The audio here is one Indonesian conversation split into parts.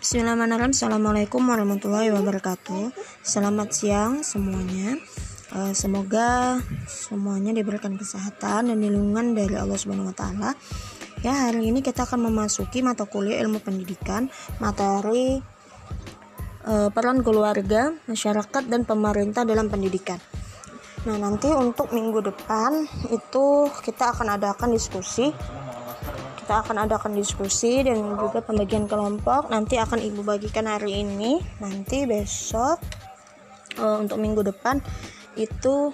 Bismillahirrahmanirrahim. Assalamualaikum warahmatullahi wabarakatuh. Selamat siang semuanya. Semoga semuanya diberikan kesehatan dan lindungan dari Allah Subhanahu wa taala. Ya, hari ini kita akan memasuki mata kuliah ilmu pendidikan, materi peran keluarga, masyarakat dan pemerintah dalam pendidikan. Nah, nanti untuk minggu depan itu kita akan adakan diskusi. Dan juga pembagian kelompok. Nanti akan Ibu bagikan hari ini. Nanti besok untuk minggu depan itu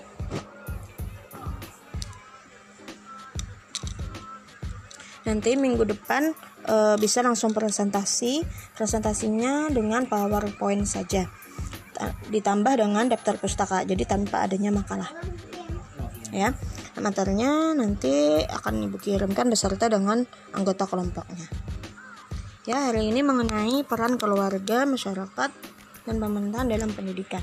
bisa langsung presentasinya dengan PowerPoint saja, ditambah dengan daftar pustaka, jadi tanpa adanya makalah ya. Materinya nanti akan Ibu kirimkan beserta dengan anggota kelompoknya. Ya, hari ini mengenai peran keluarga, masyarakat, dan pemerintahan dalam pendidikan.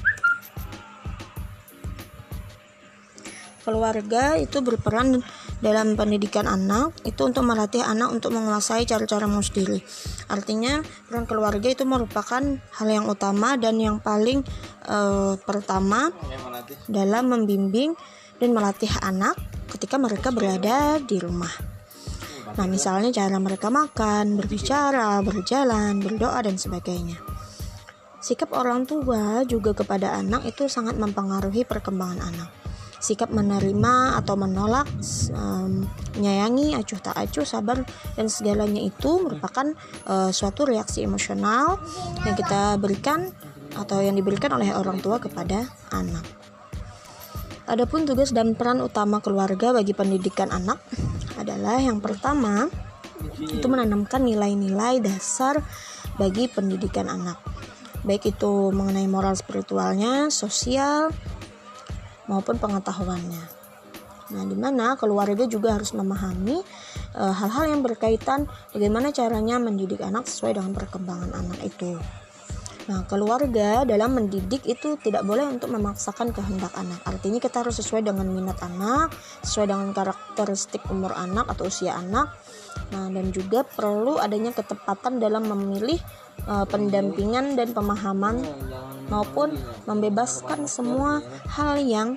Keluarga itu berperan dalam pendidikan anak, itu untuk melatih anak untuk menguasai cara-cara mengurus diri. Artinya, peran keluarga itu merupakan hal yang utama dan yang paling pertama dalam membimbing dan melatih anak ketika mereka berada di rumah. Nah, misalnya cara mereka makan, berbicara, berjalan, berdoa, dan sebagainya. Sikap orang tua juga kepada anak itu sangat mempengaruhi perkembangan anak. Sikap menerima atau menolak, menyayangi, acuh tak acuh, sabar, dan segalanya itu merupakan suatu reaksi emosional yang kita berikan atau yang diberikan oleh orang tua kepada anak. Adapun tugas dan peran utama keluarga bagi pendidikan anak adalah yang pertama itu menanamkan nilai-nilai dasar bagi pendidikan anak, baik itu mengenai moral spiritualnya, sosial, maupun pengetahuannya. Nah, di mana keluarga juga harus memahami hal-hal yang berkaitan bagaimana caranya mendidik anak sesuai dengan perkembangan anak itu. Nah, keluarga dalam mendidik itu tidak boleh untuk memaksakan kehendak anak. Artinya kita harus sesuai dengan minat anak, sesuai dengan karakteristik umur anak atau usia anak. Nah, dan juga perlu adanya ketepatan dalam memilih pendampingan dan pemahaman maupun membebaskan semua hal yang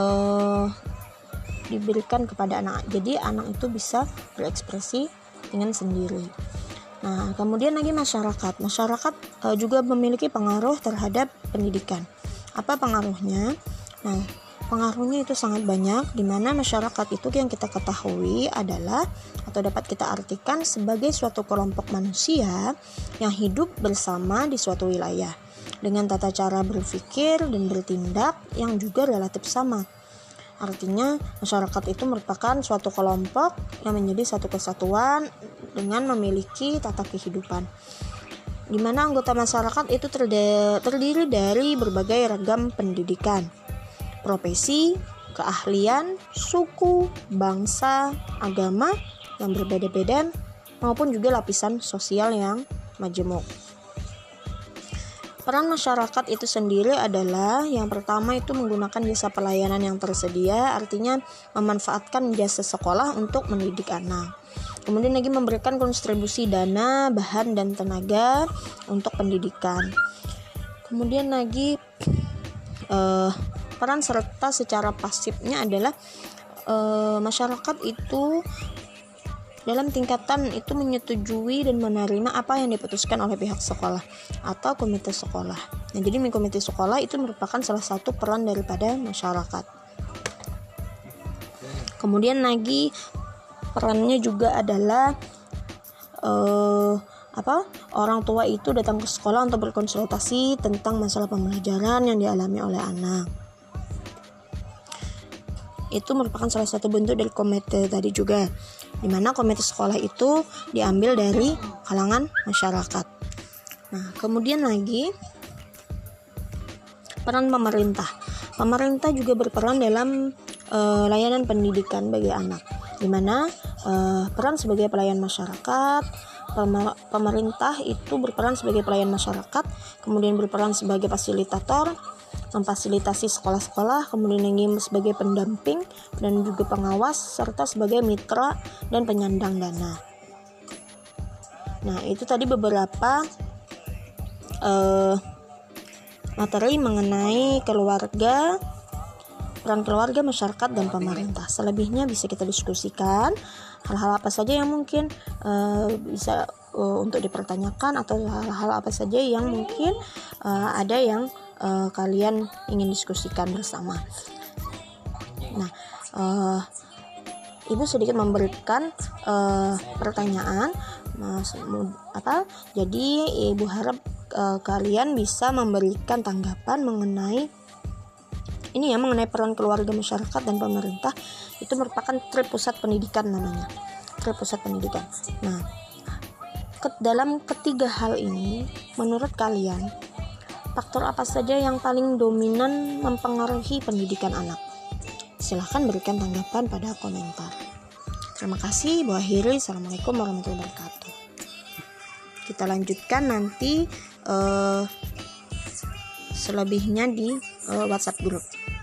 diberikan kepada anak. Jadi anak itu bisa berekspresi dengan sendiri. Nah, kemudian lagi masyarakat. Masyarakat juga memiliki pengaruh terhadap pendidikan. Apa pengaruhnya? Nah, pengaruhnya itu sangat banyak, di mana masyarakat itu yang kita ketahui adalah atau dapat kita artikan sebagai suatu kelompok manusia yang hidup bersama di suatu wilayah dengan tata cara berpikir dan bertindak yang juga relatif sama. Artinya masyarakat itu merupakan suatu kelompok yang menjadi satu kesatuan dengan memiliki tata kehidupan, di mana anggota masyarakat itu terdiri dari berbagai ragam pendidikan, profesi, keahlian, suku, bangsa, agama yang berbeda-beda maupun juga lapisan sosial yang majemuk. Peran masyarakat itu sendiri adalah yang pertama itu menggunakan jasa pelayanan yang tersedia, artinya memanfaatkan jasa sekolah untuk mendidik anak. Kemudian lagi memberikan kontribusi dana, bahan, dan tenaga untuk pendidikan. Kemudian lagi peran serta secara pasifnya adalah masyarakat itu dalam tingkatan itu menyetujui dan menerima apa yang diputuskan oleh pihak sekolah atau komite sekolah. Nah, jadi komite sekolah itu merupakan salah satu peran daripada masyarakat. Kemudian lagi perannya juga adalah orang tua itu datang ke sekolah untuk berkonsultasi tentang masalah pembelajaran yang dialami oleh anak. Itu merupakan salah satu bentuk dari komite tadi juga, di mana komite sekolah itu diambil dari kalangan masyarakat. Nah, kemudian lagi peran pemerintah. Pemerintah juga berperan dalam layanan pendidikan bagi anak, di mana peran sebagai pelayan masyarakat. Pemerintah itu berperan sebagai pelayan masyarakat, kemudian berperan sebagai fasilitator, memfasilitasi sekolah-sekolah, kemudian lagi sebagai pendamping dan juga pengawas, serta sebagai mitra dan penyandang dana. Nah, itu tadi beberapa materi mengenai keluarga, peran keluarga, masyarakat, dan pemerintah. Selebihnya bisa kita diskusikan hal-hal apa saja yang mungkin bisa untuk dipertanyakan, atau hal-hal apa saja yang mungkin ada yang kalian ingin diskusikan bersama. Nah, Ibu sedikit memberikan pertanyaan, jadi Ibu harap kalian bisa memberikan tanggapan mengenai ini ya, mengenai peran keluarga, masyarakat, dan pemerintah. Itu merupakan trip pusat pendidikan namanya, trip pusat pendidikan. Nah, dalam ketiga hal ini, menurut kalian faktor apa saja yang paling dominan mempengaruhi pendidikan anak? Silahkan berikan tanggapan pada komentar. Terima kasih. Bu akhiri. Assalamualaikum warahmatullahi wabarakatuh. Kita lanjutkan nanti selebihnya di WhatsApp group.